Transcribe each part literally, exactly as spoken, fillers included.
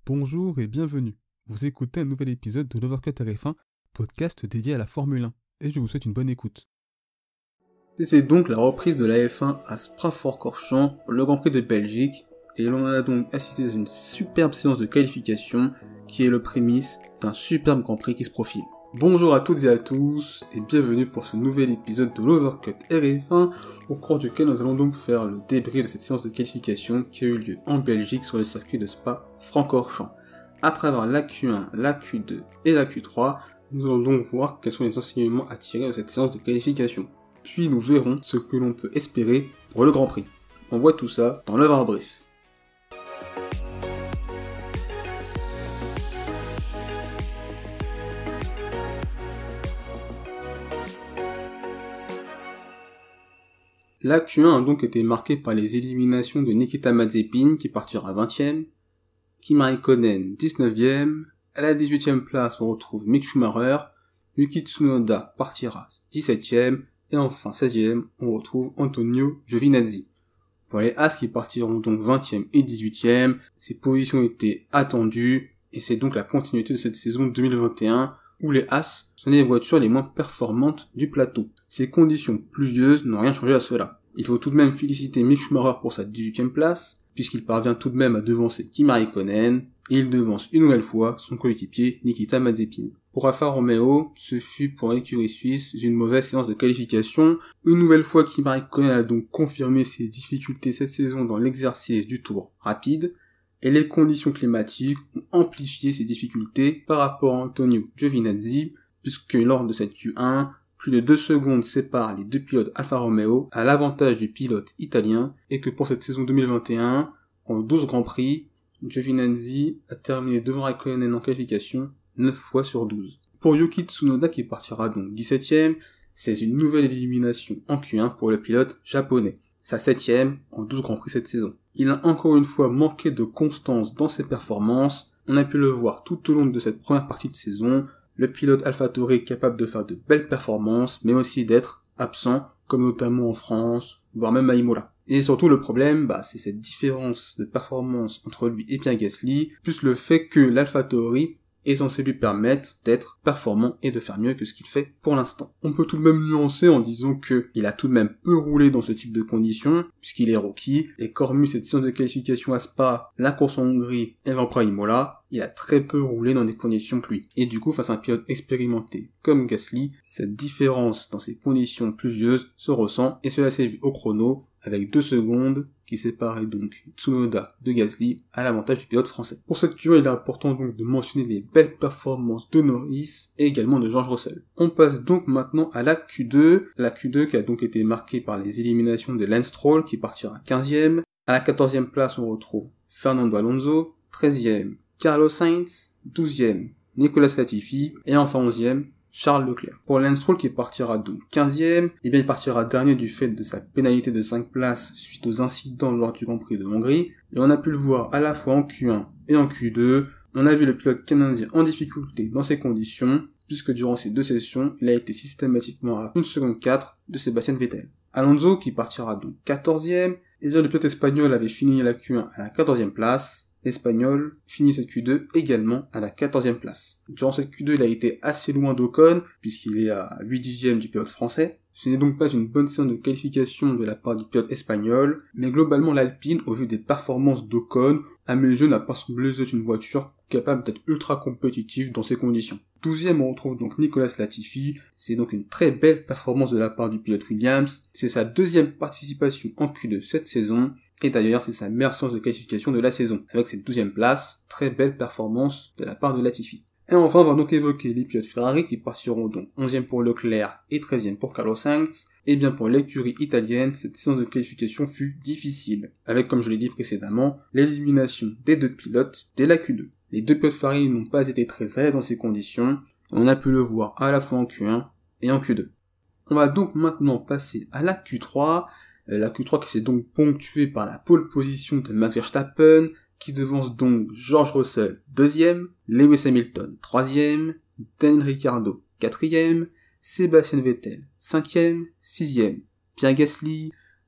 Bonjour et bienvenue. Vous écoutez un nouvel épisode de l'Overcut R F un, podcast dédié à la Formule un, et je vous souhaite une bonne écoute. C'est donc la reprise de la F un à Spa-Francorchamps pour le Grand Prix de Belgique, et l'on a donc assisté à une superbe séance de qualification qui est le prémisse d'un superbe Grand Prix qui se profile. Bonjour à toutes et à tous, et bienvenue pour ce nouvel épisode de l'Overcut R F un, au cours duquel nous allons donc faire le débrief de cette séance de qualification qui a eu lieu en Belgique sur le circuit de Spa-Francorchamps. À travers la Q un, la Q deux et la Q trois, nous allons donc voir quels sont les enseignements à tirer de cette séance de qualification. Puis nous verrons ce que l'on peut espérer pour le Grand Prix. On voit tout ça dans l'Overbrief. La Q un a donc été marquée par les éliminations de Nikita Mazepin qui partira vingtième, Kimi Räikkönen dix-neuvième, à la dix-huitième place on retrouve Mick Schumacher, Yuki Tsunoda partira dix-septième, et enfin seizième on retrouve Antonio Giovinazzi. Pour les As qui partiront donc vingtième et dix-huitième, ces positions étaient attendues, et c'est donc la continuité de cette saison deux mille vingt et un, où les As sont les voitures les moins performantes du plateau. Ces conditions pluvieuses n'ont rien changé à cela. Il faut tout de même féliciter Mick Schumacher pour sa dix-huitième place, puisqu'il parvient tout de même à devancer Kimi Räikkönen, et il devance une nouvelle fois son coéquipier Nikita Mazepin. Pour Alfa Romeo, ce fut pour l'écurie suisse une mauvaise séance de qualification. Une nouvelle fois, Kimi Räikkönen a donc confirmé ses difficultés cette saison dans l'exercice du tour rapide, et les conditions climatiques ont amplifié ces difficultés par rapport à Antonio Giovinazzi, puisque lors de cette Q un, plus de deux secondes séparent les deux pilotes Alfa Romeo à l'avantage du pilote italien, et que pour cette saison deux mille vingt et un, en douze Grands Prix, Giovinazzi a terminé devant Räikkönen en qualification neuf fois sur douze. Pour Yuki Tsunoda qui partira donc dix-septième, c'est une nouvelle élimination en Q un pour le pilote japonais, sa septième en douze Grands Prix cette saison. Il a encore une fois manqué de constance dans ses performances, on a pu le voir tout au long de cette première partie de saison, le pilote AlphaTauri est capable de faire de belles performances, mais aussi d'être absent, comme notamment en France, voire même à Imola. Et surtout le problème, bah, c'est cette différence de performance entre lui et Pierre Gasly, plus le fait que l'AlphaTauri est censé lui permettre d'être performant et de faire mieux que ce qu'il fait pour l'instant. On peut tout de même nuancer en disant que il a tout de même peu roulé dans ce type de conditions, puisqu'il est rookie, et qu'hormis cette séance de qualification à Spa, la course en Hongrie et l'Empire à Imola, il a très peu roulé dans des conditions pluie. Et du coup, face à un pilote expérimenté comme Gasly, cette différence dans ces conditions pluvieuses se ressent, et cela s'est vu au chrono, avec deux secondes qui séparaient donc Tsunoda de Gasly à l'avantage du pilote français. Pour cette Q un, il est important donc de mentionner les belles performances de Norris et également de George Russell. On passe donc maintenant à la Q deux, la Q deux qui a donc été marquée par les éliminations de Lance Stroll qui partira quinzième, à la quatorzième place on retrouve Fernando Alonso, treizième Carlos Sainz, douzième Nicolas Latifi et enfin onzième Charles Leclerc. Pour Lance Stroll qui partira donc quinzième, et bien il partira dernier du fait de sa pénalité de cinq places suite aux incidents lors du Grand Prix de Hongrie, et on a pu le voir à la fois en Q un et en Q deux, on a vu le pilote canadien en difficulté dans ces conditions, puisque durant ces deux sessions, il a été systématiquement à une seconde quatre de Sébastien Vettel. Alonso qui partira donc quatorzième, et bien le pilote espagnol avait fini la Q un à la quatorzième place, l'Espagnol finit cette Q deux également à la quatorzième place. Durant cette Q deux, il a été assez loin d'Ocon, puisqu'il est à huit dixièmes du pilote français. Ce n'est donc pas une bonne séance de qualification de la part du pilote espagnol, mais globalement l'Alpine, au vu des performances d'Ocon, à mes yeux n'a pas semblé être une voiture capable d'être ultra compétitive dans ces conditions. douzième, on retrouve donc Nicolas Latifi, c'est donc une très belle performance de la part du pilote Williams, c'est sa deuxième participation en Q deux cette saison, et d'ailleurs c'est sa meilleure séance de qualification de la saison, avec cette douzième place, très belle performance de la part de Latifi. Et enfin on va donc évoquer les pilotes Ferrari qui partiront donc onzième pour Leclerc et treizième pour Carlos Sainz, et bien pour l'écurie italienne, cette séance de qualification fut difficile, avec comme je l'ai dit précédemment, l'élimination des deux pilotes dès la Q deux. Les deux pilotes Ferrari n'ont pas été très à l'aise dans ces conditions, on a pu le voir à la fois en Q un et en Q deux. On va donc maintenant passer à la Q trois, la Q trois qui s'est donc ponctuée par la pole position de Max Verstappen, qui devance donc George Russell deuxième, Lewis Hamilton troisième, Daniel Ricciardo quatrième, Sébastien Vettel cinquième, sixième, Pierre Gasly,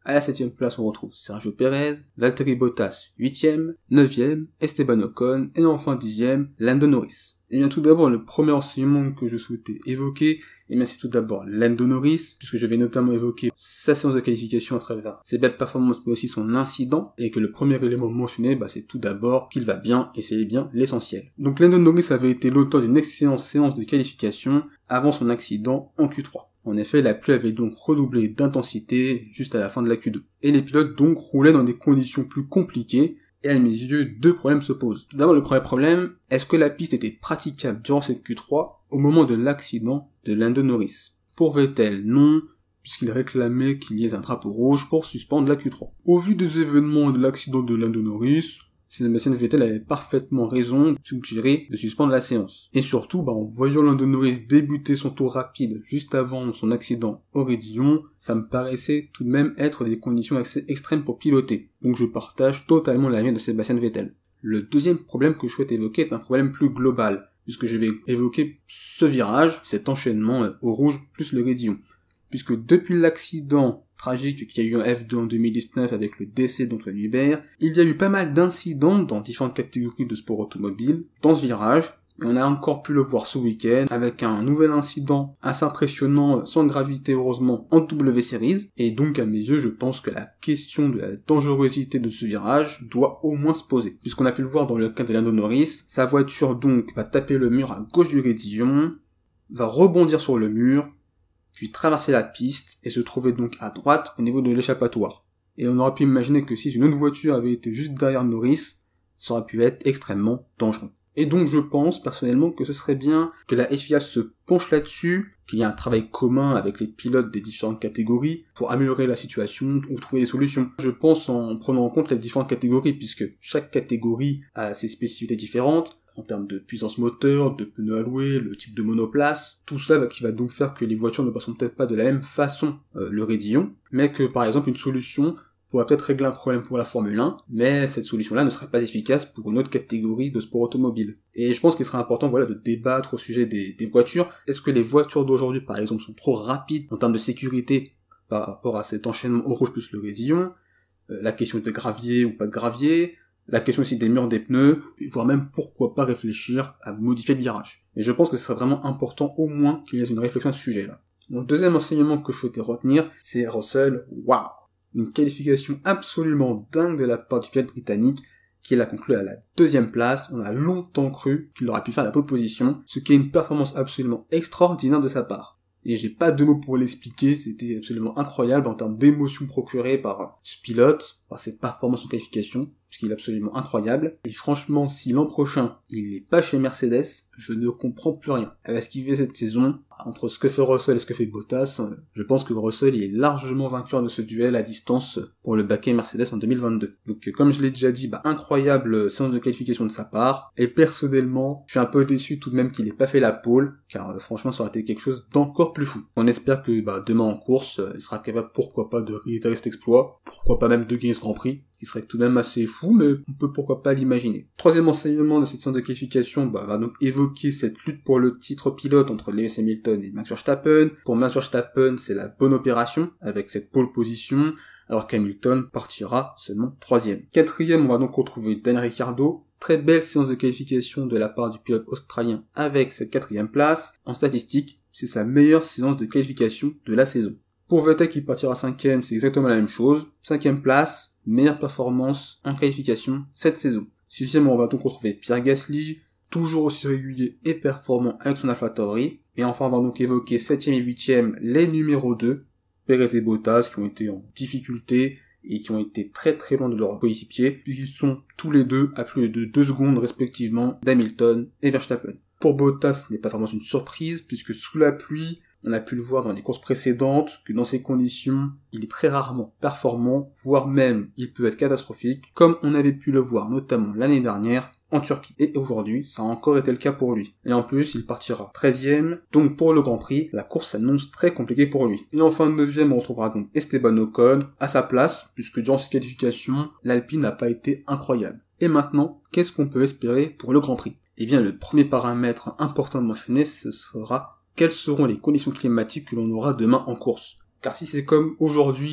À la septième place, on retrouve Sergio Pérez, Valtteri Bottas, huitième, neuvième, Esteban Ocon, et enfin dixième, Lando Norris. Et bien tout d'abord, le premier enseignement que je souhaitais évoquer, et bien c'est tout d'abord Lando Norris, puisque je vais notamment évoquer sa séance de qualification à travers ses belles performances, mais aussi son incident, et que le premier élément mentionné, bah, c'est tout d'abord qu'il va bien, et c'est bien l'essentiel. Donc Lando Norris avait été l'auteur d'une excellente séance de qualification avant son accident en Q trois. En effet, la pluie avait donc redoublé d'intensité juste à la fin de la Q deux. Et les pilotes donc roulaient dans des conditions plus compliquées, et à mes yeux, deux problèmes se posent. Tout d'abord, le premier problème, est-ce que la piste était praticable durant cette Q trois au moment de l'accident de Lando Norris? Pour Vettel, non, puisqu'il réclamait qu'il y ait un drapeau rouge pour suspendre la Q trois. Au vu des événements de l'accident de Lando Norris, Sébastien Vettel avait parfaitement raison de suggérer de suspendre la séance. Et surtout, bah, en voyant Lando Norris débuter son tour rapide juste avant son accident au raidillon, ça me paraissait tout de même être des conditions assez extrêmes pour piloter. Donc je partage totalement l'avis de Sébastien Vettel. Le deuxième problème que je souhaite évoquer est un problème plus global, puisque je vais évoquer ce virage, cet enchaînement au rouge plus le raidillon. Puisque depuis l'accident tragique qu'il y a eu en F deux en deux mille dix-neuf avec le décès d'Antoine Hubert, il y a eu pas mal d'incidents dans différentes catégories de sport automobile dans ce virage, et on a encore pu le voir ce week-end avec un nouvel incident assez impressionnant sans gravité heureusement en W Series, et donc à mes yeux je pense que la question de la dangerosité de ce virage doit au moins se poser, puisqu'on a pu le voir dans le cas de Lando Norris, sa voiture donc va taper le mur à gauche du raidillon, va rebondir sur le mur, puis traverser la piste et se trouver donc à droite au niveau de l'échappatoire. Et on aurait pu imaginer que si une autre voiture avait été juste derrière Norris, ça aurait pu être extrêmement dangereux. Et donc je pense personnellement que ce serait bien que la F I A se penche là-dessus, qu'il y ait un travail commun avec les pilotes des différentes catégories pour améliorer la situation ou trouver des solutions. Je pense en prenant en compte les différentes catégories, puisque chaque catégorie a ses spécificités différentes, en termes de puissance moteur, de pneus alloués, le type de monoplace, tout cela qui va donc faire que les voitures ne passeront peut-être pas de la même façon euh, le raidillon, mais que par exemple une solution pourrait peut-être régler un problème pour la Formule un, mais cette solution-là ne serait pas efficace pour une autre catégorie de sport automobile. Et je pense qu'il serait important voilà, de débattre au sujet des, des voitures. Est-ce que les voitures d'aujourd'hui par exemple sont trop rapides en termes de sécurité par rapport à cet enchaînement au rouge plus le raidillon, euh, la question de gravier ou pas de gravier, la question aussi des murs des pneus, voire même pourquoi pas réfléchir à modifier le virage. Et je pense que ce serait vraiment important au moins qu'il y ait une réflexion à ce sujet-là. Mon deuxième enseignement que je souhaitais retenir, c'est Russell, waouh, une qualification absolument dingue de la part du pilote britannique, qui l'a conclu à la deuxième place. On a longtemps cru qu'il aurait pu faire la pole position, ce qui est une performance absolument extraordinaire de sa part. Et j'ai pas de mots pour l'expliquer, c'était absolument incroyable en termes d'émotions procurées par ce pilote, par ses performances en qualification, puisqu'il est absolument incroyable. Et franchement, si l'an prochain, il n'est pas chez Mercedes, je ne comprends plus rien. Avec ce qu'il fait cette saison, entre ce que fait Russell et ce que fait Bottas, je pense que Russell est largement vainqueur de ce duel à distance pour le baquet Mercedes en deux mille vingt-deux. Donc comme je l'ai déjà dit, bah, incroyable séance de qualification de sa part, et personnellement, je suis un peu déçu tout de même qu'il ait pas fait la pole, car euh, franchement ça aurait été quelque chose d'encore plus fou. On espère que bah, demain en course, euh, il sera capable pourquoi pas de réitérer cet exploit, pourquoi pas même de gagner ce Grand Prix, qui serait tout de même assez fou, mais on peut pourquoi pas l'imaginer. Troisième enseignement de cette séance de qualification bah, va donc évoquer cette lutte pour le titre pilote entre Lewis Hamilton et Max Verstappen. Pour Max Verstappen, c'est la bonne opération, avec cette pole position, alors qu'Hamilton partira seulement troisième. Quatrième, on va donc retrouver Daniel Ricciardo. Très belle séance de qualification de la part du pilote australien avec cette quatrième place. En statistique, c'est sa meilleure séance de qualification de la saison. Pour Vettel qui partira cinquième, c'est exactement la même chose. Cinquième place, meilleure performance en qualification cette saison. Sixième, on va donc retrouver Pierre Gasly, toujours aussi régulier et performant avec son AlphaTauri. Et enfin, on va donc évoquer septième et huitième, les numéros deux, Perez et Bottas, qui ont été en difficulté et qui ont été très très loin de leur coéquipier, puisqu'ils sont tous les deux à plus de deux secondes respectivement d'Hamilton et Verstappen. Pour Bottas, ce n'est pas vraiment une surprise, puisque sous la pluie, on a pu le voir dans les courses précédentes, que dans ces conditions, il est très rarement performant, voire même il peut être catastrophique, comme on avait pu le voir notamment l'année dernière en Turquie. Et aujourd'hui, ça a encore été le cas pour lui. Et en plus, il partira treizième, donc pour le Grand Prix, la course s'annonce très compliquée pour lui. Et en fin de neuvième, on retrouvera donc Esteban Ocon à sa place, puisque durant ses qualifications, l'Alpine n'a pas été incroyable. Et maintenant, qu'est-ce qu'on peut espérer pour le Grand Prix ? Eh bien, le premier paramètre important de mentionner, ce sera quelles seront les conditions climatiques que l'on aura demain en course. Car si c'est comme aujourd'hui,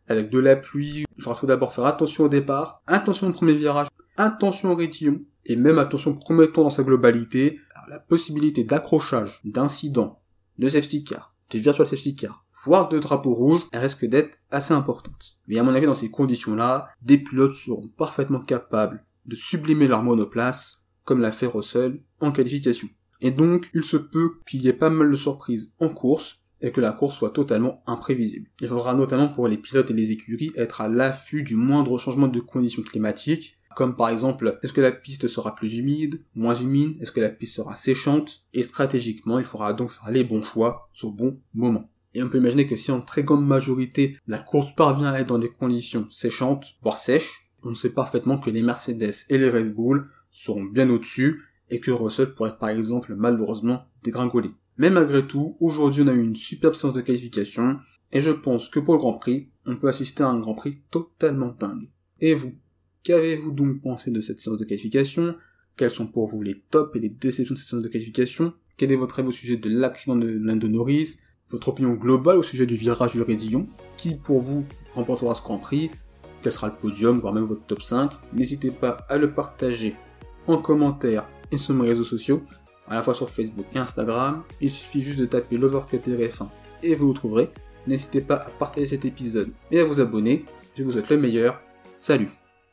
avec de la pluie, il faudra tout d'abord faire attention au départ, attention au premier virage, attention au raidillon, et même attention au premier tour dans sa globalité. Alors, la possibilité d'accrochage, d'incident, de safety car, de virtual safety car, voire de drapeau rouge, elle risque d'être assez importante. Mais à mon avis, dans ces conditions-là, des pilotes seront parfaitement capables de sublimer leur monoplace, comme l'a fait Russell en qualification. Et donc, il se peut qu'il y ait pas mal de surprises en course, et que la course soit totalement imprévisible. Il faudra notamment pour les pilotes et les écuries être à l'affût du moindre changement de conditions climatiques, comme par exemple, est-ce que la piste sera plus humide, moins humide, est-ce que la piste sera séchante, et stratégiquement, il faudra donc faire les bons choix au bon moment. Et on peut imaginer que si en très grande majorité, la course parvient à être dans des conditions séchantes, voire sèches, on sait parfaitement que les Mercedes et les Red Bull seront bien au-dessus, et que Russell pourrait par exemple malheureusement dégringoler. Mais malgré tout, aujourd'hui on a eu une superbe séance de qualification, et je pense que pour le Grand Prix, on peut assister à un Grand Prix totalement dingue. Et vous, qu'avez-vous donc pensé de cette séance de qualification? Quels sont pour vous les tops et les déceptions de cette séance de qualification? Quel est votre avis au sujet de l'accident de Lando Norris? Votre opinion globale au sujet du virage du raidillon? Qui pour vous remportera ce Grand Prix? Quel sera le podium, voire même votre top cinq? N'hésitez pas à le partager en commentaire et sur mes réseaux sociaux, à la fois sur Facebook et Instagram. Il suffit juste de taper l'Overcut R F un et vous le trouverez. N'hésitez pas à partager cet épisode et à vous abonner. Je vous souhaite le meilleur. Salut!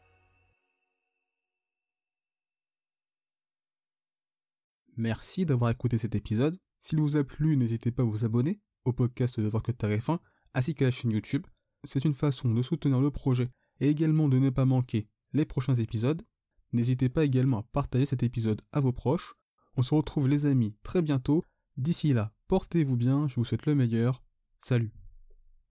Merci d'avoir écouté cet épisode. S'il vous a plu, n'hésitez pas à vous abonner au podcast de L'Overcut R F un ainsi qu'à la chaîne YouTube. C'est une façon de soutenir le projet et également de ne pas manquer les prochains épisodes. N'hésitez pas également à partager cet épisode à vos proches. On se retrouve les amis très bientôt. D'ici là, portez-vous bien, je vous souhaite le meilleur. Salut!